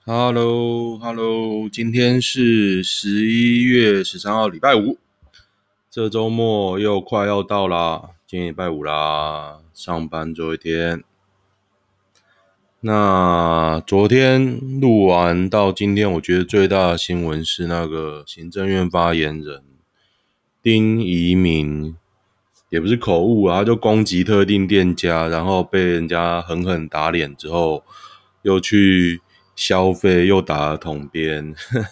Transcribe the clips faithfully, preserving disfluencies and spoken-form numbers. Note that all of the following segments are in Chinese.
Hello，Hello，今天是十一月十三号，礼拜五。这周末又快要到啦，今天礼拜五啦，上班最后一天。那昨天录完到今天，我觉得最大的新闻是那个行政院发言人丁怡明，也不是口误啊，他就攻击特定店家，然后被人家狠狠打脸之后，又去消费，又打了统编。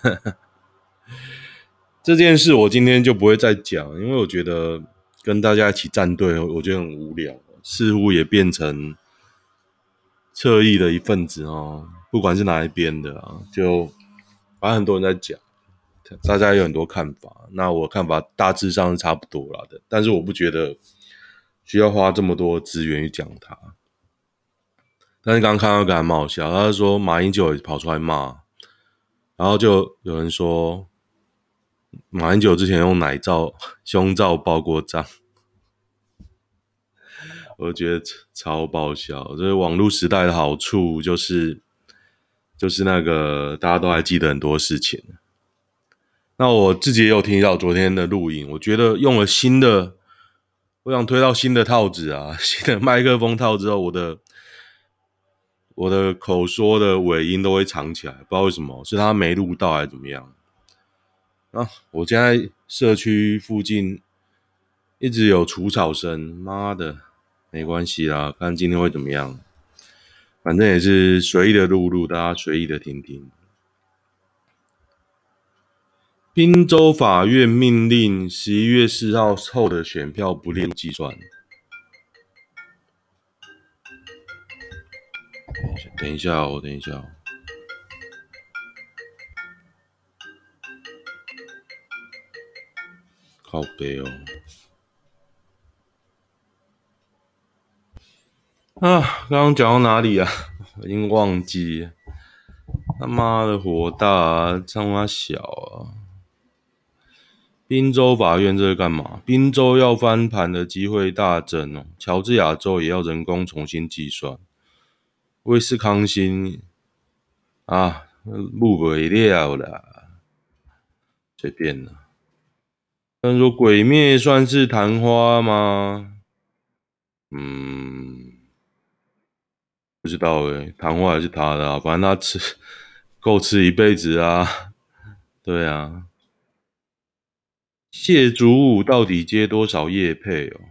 这件事我今天就不会再讲，因为我觉得跟大家一起站队，我觉得很无聊，似乎也变成侧翼的一份子哦。不管是哪一边的啊，就反正很多人在讲，大家有很多看法。那我看法大致上是差不多啦的，但是我不觉得需要花这么多资源去讲它。但是刚刚看到一个还蛮好笑，他就说马英九也跑出来骂，然后就有人说马英九之前用奶罩、胸罩包过账。我觉得超爆笑。这是网络时代的好处，就是就是那个大家都还记得很多事情。那我自己也有听到昨天的录音，我觉得用了新的，我想推到新的套子啊，新的麦克风套之后，我的我的口说的尾音都会藏起来，不知道为什么，是他没录到还是怎么样啊？我现在社区附近一直有除草声，妈的，没关系啦，看今天会怎么样。反正也是随意的录录，大家随意的听听。宾州法院命令十一月四号后的选票不列入计算。等一下哦，等一下哦，靠北哦。啊，刚刚讲到哪里啊？我已经忘记了。他妈的火大啊，唱他小啊！宾州法院这是干嘛？宾州要翻盘的机会大增哦，乔治亚州也要人工重新计算。威斯康星啊，录不了啦，随便啦。但是说鬼灭算是昙花吗？嗯，不知道诶，昙花还是他的啊，反正他吃够吃一辈子啊。对啊，谢祖武到底接多少业配哦？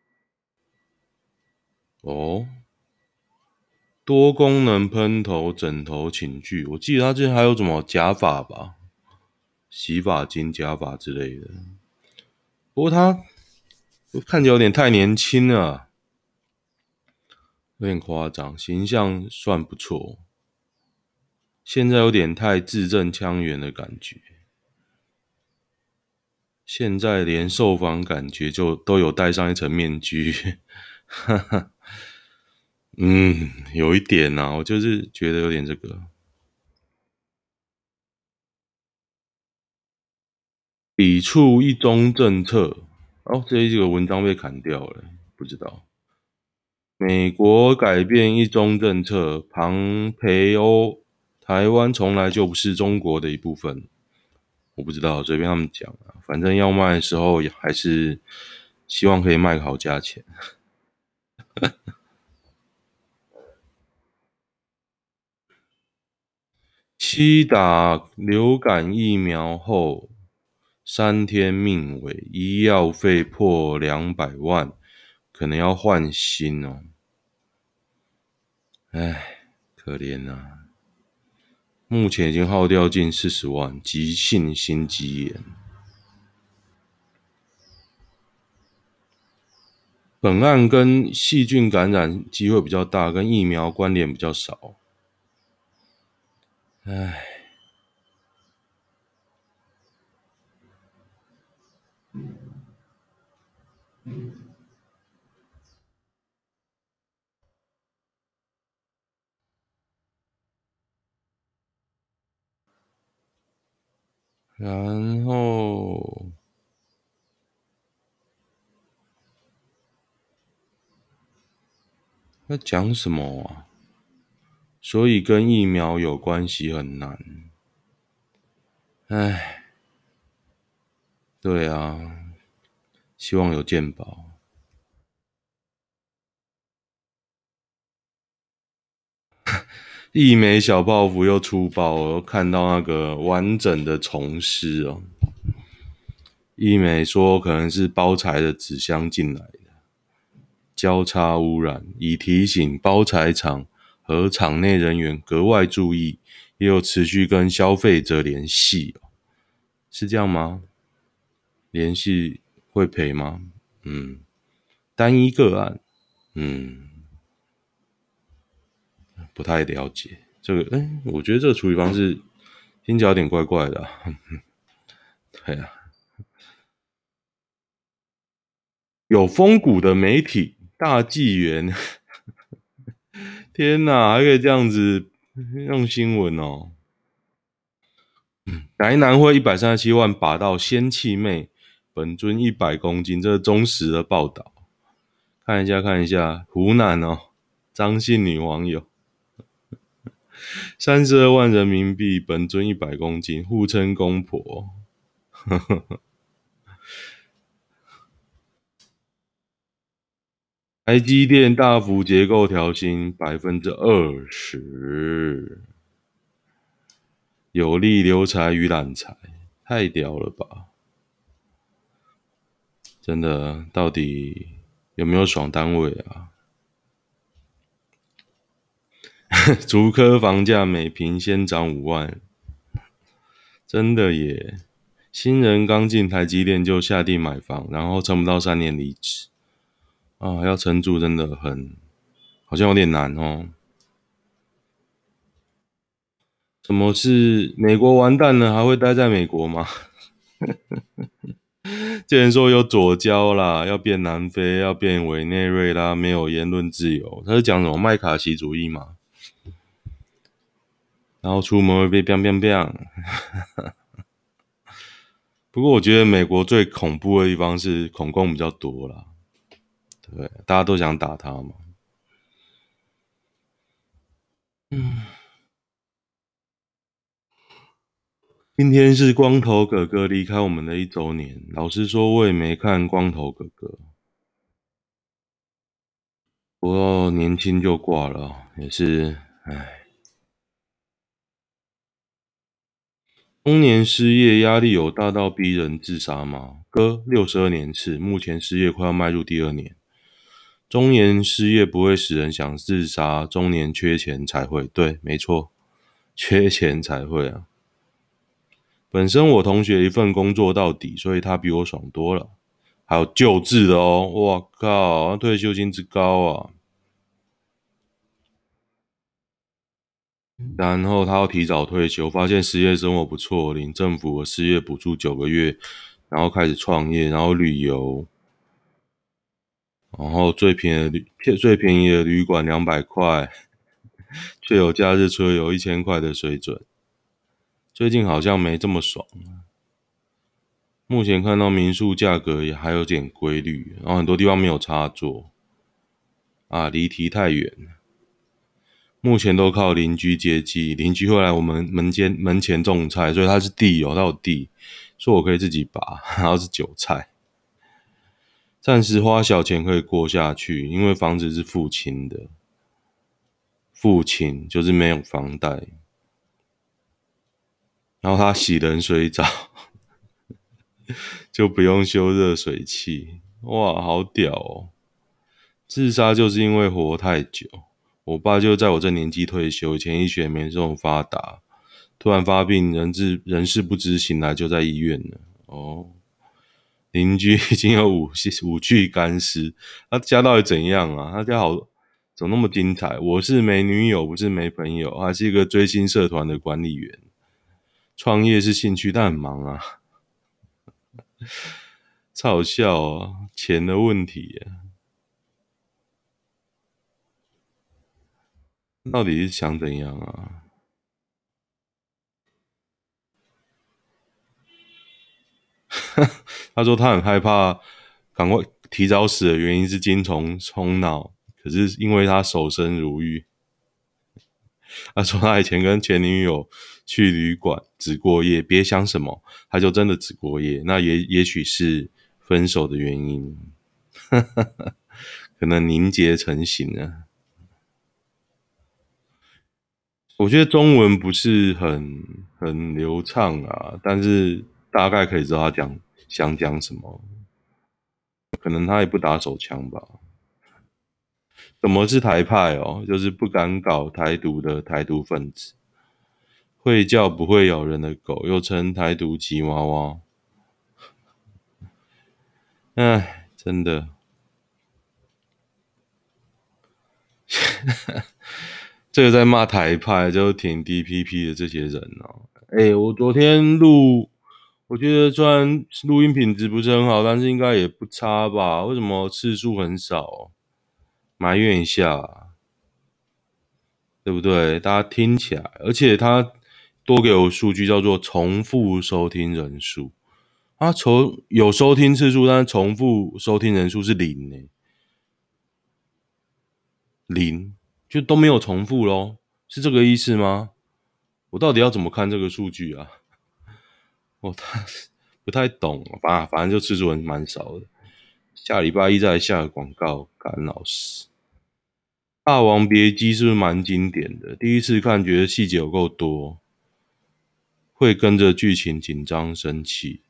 哦，多功能喷头、枕头、寝具，我记得他之前还有什么假发吧，洗发精、假发之类的。不过他看起来有点太年轻了，有点夸张，形象算不错，现在有点太字正腔圆的感觉。现在连受访感觉就都有戴上一层面具。嗯，有一点啊，我就是觉得有点这个抵触一中政策。哦，这一个文章被砍掉了，不知道。美国改变一中政策，庞培欧，台湾从来就不是中国的一部分。我不知道，随便他们讲啊，反正要卖的时候也还是希望可以卖个好价钱。七打流感疫苗后三天命危，医药费破两百万，可能要换心哦。唉，可怜啊！目前已经耗掉近四十万，急性心肌炎。本案跟细菌感染机会比较大，跟疫苗关联比较少。唉，然后在讲什么啊？ 所以跟疫苗有关系很难。唉，对啊，希望有健保。一枚小泡芙又出包了，我看到那个完整的虫尸哦。一枚说可能是包材的纸箱进来的，交叉污染，以提醒包材厂和厂内人员格外注意，也有持续跟消费者联系，是这样吗？联系会赔吗？嗯，单一个案，嗯，不太了解这个。哎，我觉得这个处理方式听起来有点怪怪的、啊。对啊，有风骨的媒体大纪元，天哪，还可以这样子用新闻哦。台南会一百三十七万拔到仙气妹，本尊一百公斤，这是忠实的报道。看一下看一下，湖南哦，张姓女网友，三十二万人民币，本尊一百公斤，互称公婆。台积电大幅结构调薪百分之二十，有利留才与揽才，太屌了吧！真的，到底有没有爽单位啊？竹科房价每平先涨五万，真的耶！新人刚进台积电就下定买房，然后撑不到三年离职啊，要撑住真的很好像有点难哦。什么是美国完蛋了，还会待在美国吗？既然说有左交啦，要变南非，要变委内瑞拉，没有言论自由，他是讲什么麦卡锡主义嘛？然后出门会被 biang biang biang。不过我觉得美国最恐怖的地方是恐攻比较多啦，对，大家都想打他嘛。嗯，今天是光头哥哥离开我们的一周年，老实说我也没看光头哥哥，不过年轻就挂了哦，也是，唉。中年失业压力有大到逼人自杀吗？哥，六十二年次，目前失业快要迈入第二年。中年失业不会使人想自杀，中年缺钱才会。对，没错，缺钱才会啊。本身我同学一份工作到底，所以他比我爽多了。还有救治的哦，哇靠，退休金之高啊！然后他要提早退休，发现失业生活不错，领政府的失业补助九个月，然后开始创业，然后旅游，然后最便宜的旅最便宜的旅馆两百块，却有假日车有一千块的水准。最近好像没这么爽，目前看到民宿价格也还有点规律，然后很多地方没有插座啊，离题太远。目前都靠邻居接济，邻居会来我们门间门前种菜，所以他是地哦，他有地，说我可以自己拔，然后是韭菜，暂时花小钱可以过下去，因为房子是父亲的，父亲就是没有房贷，然后他洗冷水澡就不用修热水器，哇，好屌哦！自杀就是因为活太久。我爸就在我这年纪退休，以前医学没这么发达，突然发病，人事人事不知，醒来就在医院了。哦，邻居已经有五五具干尸，他家到底怎样啊？他家好怎么那么精彩？我是没女友，不是没朋友，还是一个追星社团的管理员。创业是兴趣，但很忙啊，超好笑哦，钱的问题耶，到底是想怎样啊？他说他很害怕，赶快提早死的原因是精虫冲脑，可是因为他守身如玉。 他说他以前跟前女友去旅馆只过夜，别想什么，他就真的只过夜。那也也许是分手的原因，可能凝结成型了。我觉得中文不是很很流畅啊，但是大概可以知道他讲想讲什么。可能他也不打手枪吧？什么是台派哦？就是不敢搞台独的台独分子，会叫不会咬人的狗，又称台独吉娃娃。唉，真的，这个在骂台派，就是挺 D P P 的这些人哦。哎，我昨天录，我觉得虽然录音品质不是很好，但是应该也不差吧？为什么次数很少？埋怨一下，对不对？大家听起来，而且他多给我数据叫做重复收听人数，他重有收听次数，但是重复收听人数是零呢、零就都没有重复咯，是这个意思吗？我到底要怎么看这个数据啊？我太不太懂吧，反正就次数很蛮少的。下礼拜一再来下个广告，干老师。霸王别姬是不是蛮经典的？第一次看觉得细节有够多，会跟着剧情紧张生气，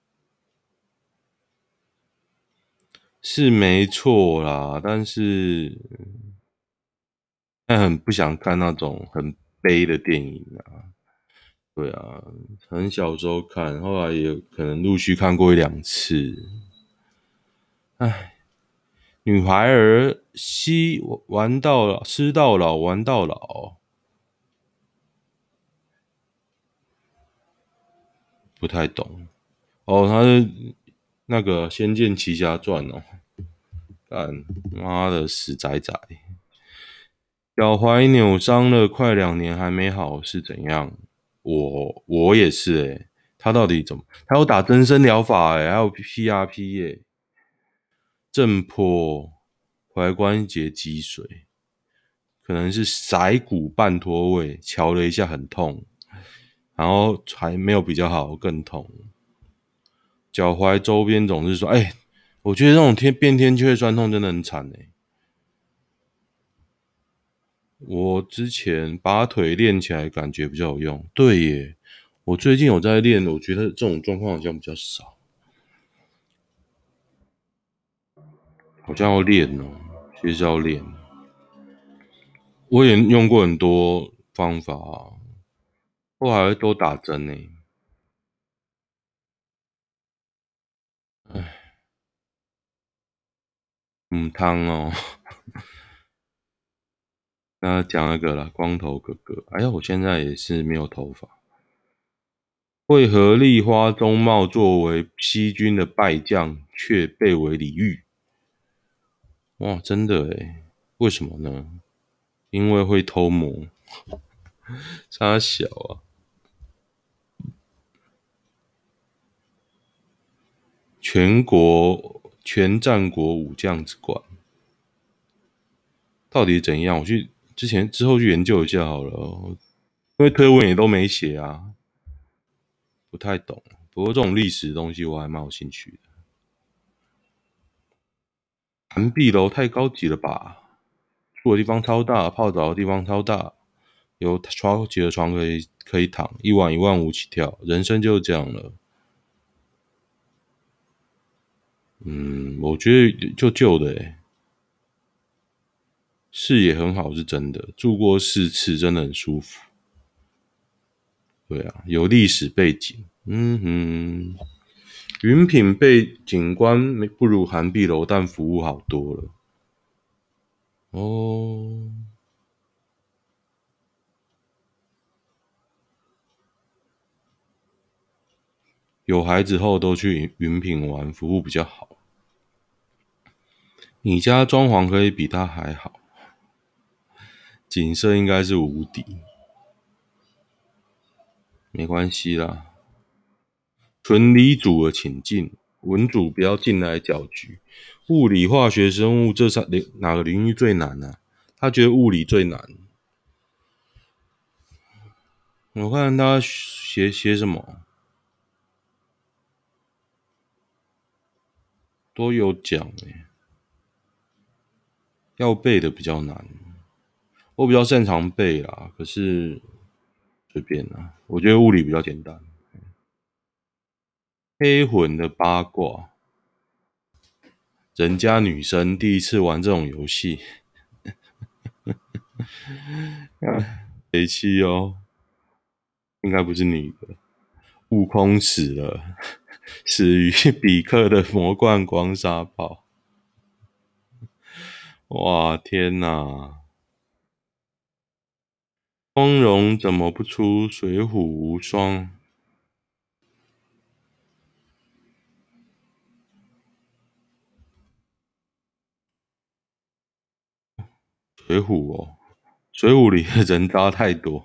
是没错啦。但是，但很不想看那种很悲的电影啊。对啊，很小时候看，后来也可能陆续看过一两次。唉，女孩儿吸玩到老，吃到老，玩到老，不太懂哦。他是那个《仙剑奇侠传》哦，干妈的死仔仔，脚踝扭伤了快两年还没好是怎样？我我也是诶、他到底怎么？他有打增生疗法诶、还有 P R P 耶、震波、踝关节积水，可能是甩骨半脱位，瞧了一下很痛，然后还没有比较好，更痛。脚踝周边总是说，哎、欸，我觉得这种天变天气会酸痛真的很惨诶、我之前把腿练起来，感觉比较有用。对耶，我最近有在练，我觉得这种状况好像比较少，好像要练哦，其实要练。我也用过很多方法啊，后来都打针呢。唉，嗯，汤哦。那讲那个啦，光头哥哥。哎呀，我现在也是没有头发。为何立花宗茂作为西军的败将，却被为李煜？哇，真的诶，为什么呢？因为会偷摸，差小啊！全国全战国武将之冠到底怎样？我去之前之后去研究一下好了，因为推文也都没写啊，不太懂。不过这种历史的东西我还蛮有兴趣的。寒碧楼太高级了吧？住的地方超大，泡澡的地方超大，有超级的床可以可以躺，一晚一万五起跳，人生就是这样了。嗯，我觉得就旧的诶、视野很好是真的，住过四次真的很舒服。对啊，有历史背景。嗯哼，云品被景观不如寒碧楼，但服务好多了。哦，有孩子后都去云品玩，服务比较好。你家装潢可以比他还好，景色应该是无敌。没关系啦，纯理组的请进，文组不要进来搅局。物理、化学、生物这三哪个领域最难啊？他觉得物理最难。 我看他写写什么都有讲诶，要背的比较难。我比较擅长背啦，可是随便啦，我觉得物理比较简单。黑魂的八卦，人家女生第一次玩这种游戏，北七哦，应该不是女的。悟空死了，死于比克的魔贯光沙炮。哇，天哪！光荣怎么不出水浒无双？水浒哦，水浒里的人渣太多。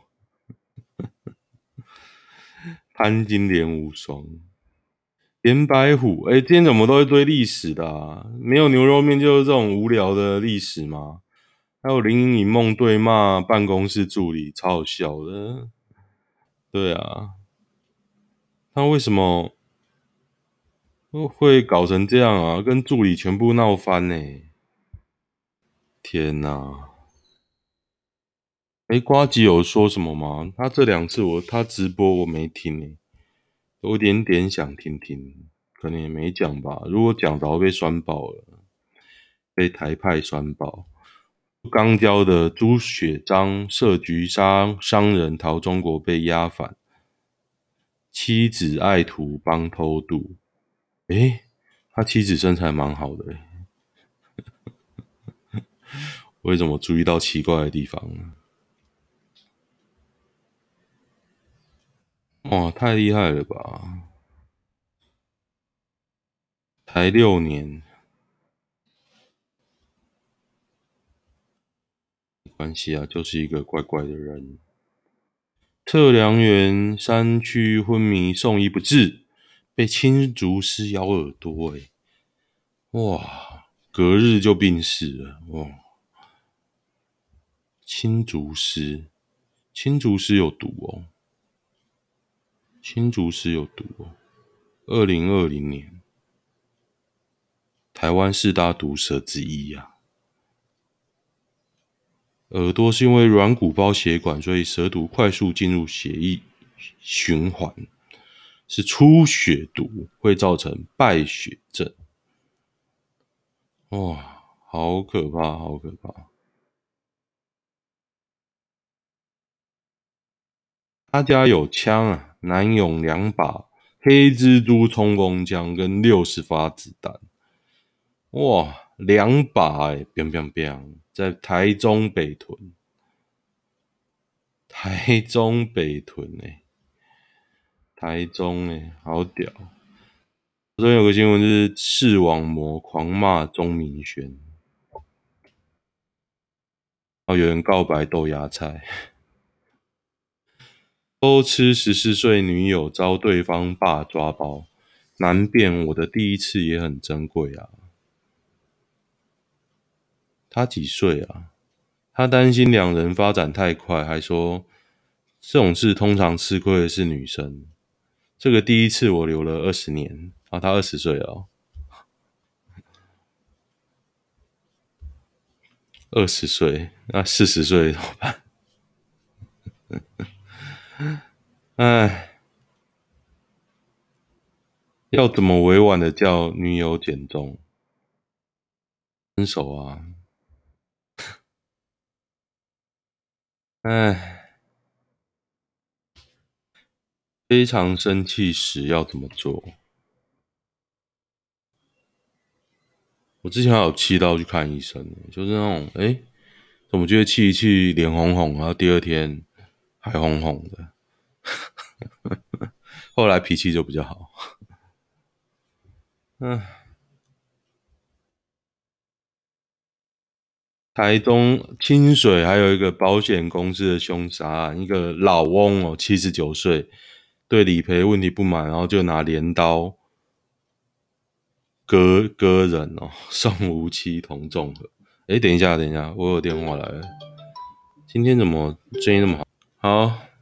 潘金莲无双，颜白虎，哎，今天怎么都一堆历史的啊？没有牛肉面就是这种无聊的历史吗？还有林隐梦对骂办公室助理，超好笑的。对啊，他为什么会搞成这样啊？跟助理全部闹翻呢、欸？天哪！哎，瓜吉有说什么吗？他这两次我他直播我没听诶、欸，有点点想听听，可能也没讲吧。如果讲早被酸爆了，被台派酸爆。刚交的朱雪章设局商商人逃中国被押返，妻子爱徒帮偷渡。诶，他妻子身材蛮好的诶，为什么注意到奇怪的地方呢？哇，太厉害了吧！才六年，没关系啊，就是一个怪怪的人。测量员山区昏迷送医不治，被青竹师咬耳朵、欸，哇，隔日就病逝了，哇！青竹师，青竹师有毒哦，青竹师有毒哦。二零二零年，台湾四大毒蛇之一啊。耳朵是因为软骨包血管，所以蛇毒快速进入血液循环，是出血毒，会造成败血症。哇，好可怕，好可怕！他家有枪啊，南勇两把黑蜘蛛冲锋枪跟六十发子弹。哇，两把哎、欸，砰砰砰，在台中北屯，台中北屯哎、欸，台中哎、欸，好屌！昨天有个新闻就是视网膜狂骂钟明轩，然后有人告白豆芽菜，偷吃十四岁女友遭对方爸抓包，难辨我的第一次也很珍贵啊。他几岁啊？他担心两人发展太快，还说这种事通常吃亏的是女生。这个第一次我留了二十年啊，他二十岁了、哦，二十岁，那四十岁怎么办？哎，要怎么委婉的叫女友减重？分手啊！哎，非常生气时要怎么做？我之前还有气到去看医生，就是那种哎，诶怎么觉得气一气脸红红，然后第二天还红红的，后来脾气就比较好。嗯，台中清水还有一个保险公司的凶杀案，一个老翁哦，七十九岁，对理赔问题不满，然后就拿镰刀割割人哦，送无期同重合。哎，等一下，等一下，我有电话来了。今天怎么声音那么好？好，